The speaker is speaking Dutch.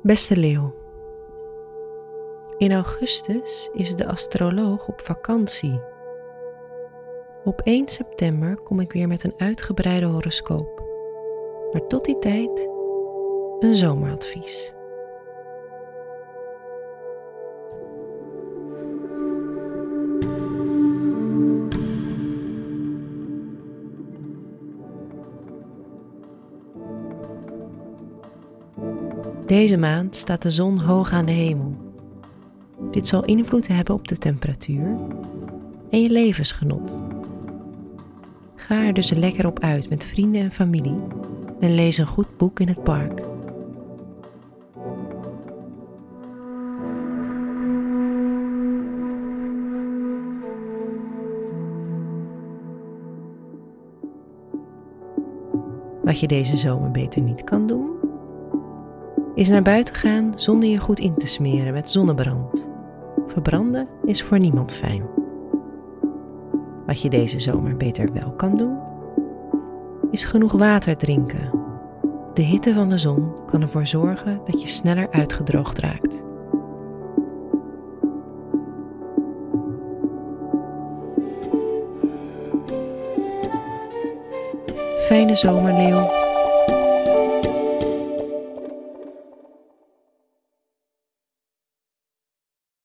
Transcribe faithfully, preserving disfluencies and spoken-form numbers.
Beste leeuw, in augustus is de astroloog op vakantie. Op één september kom ik weer met een uitgebreide horoscoop. Maar tot die tijd een zomeradvies. Deze maand staat de zon hoog aan de hemel. Dit zal invloed hebben op de temperatuur en je levensgenot. Ga er dus lekker op uit met vrienden en familie en lees een goed boek in het park. Wat je deze zomer beter niet kan doen, is naar buiten gaan zonder je goed in te smeren met zonnebrand. Verbranden is voor niemand fijn. Wat je deze zomer beter wel kan doen, is genoeg water drinken. De hitte van de zon kan ervoor zorgen dat je sneller uitgedroogd raakt. Fijne zomer, leeuw.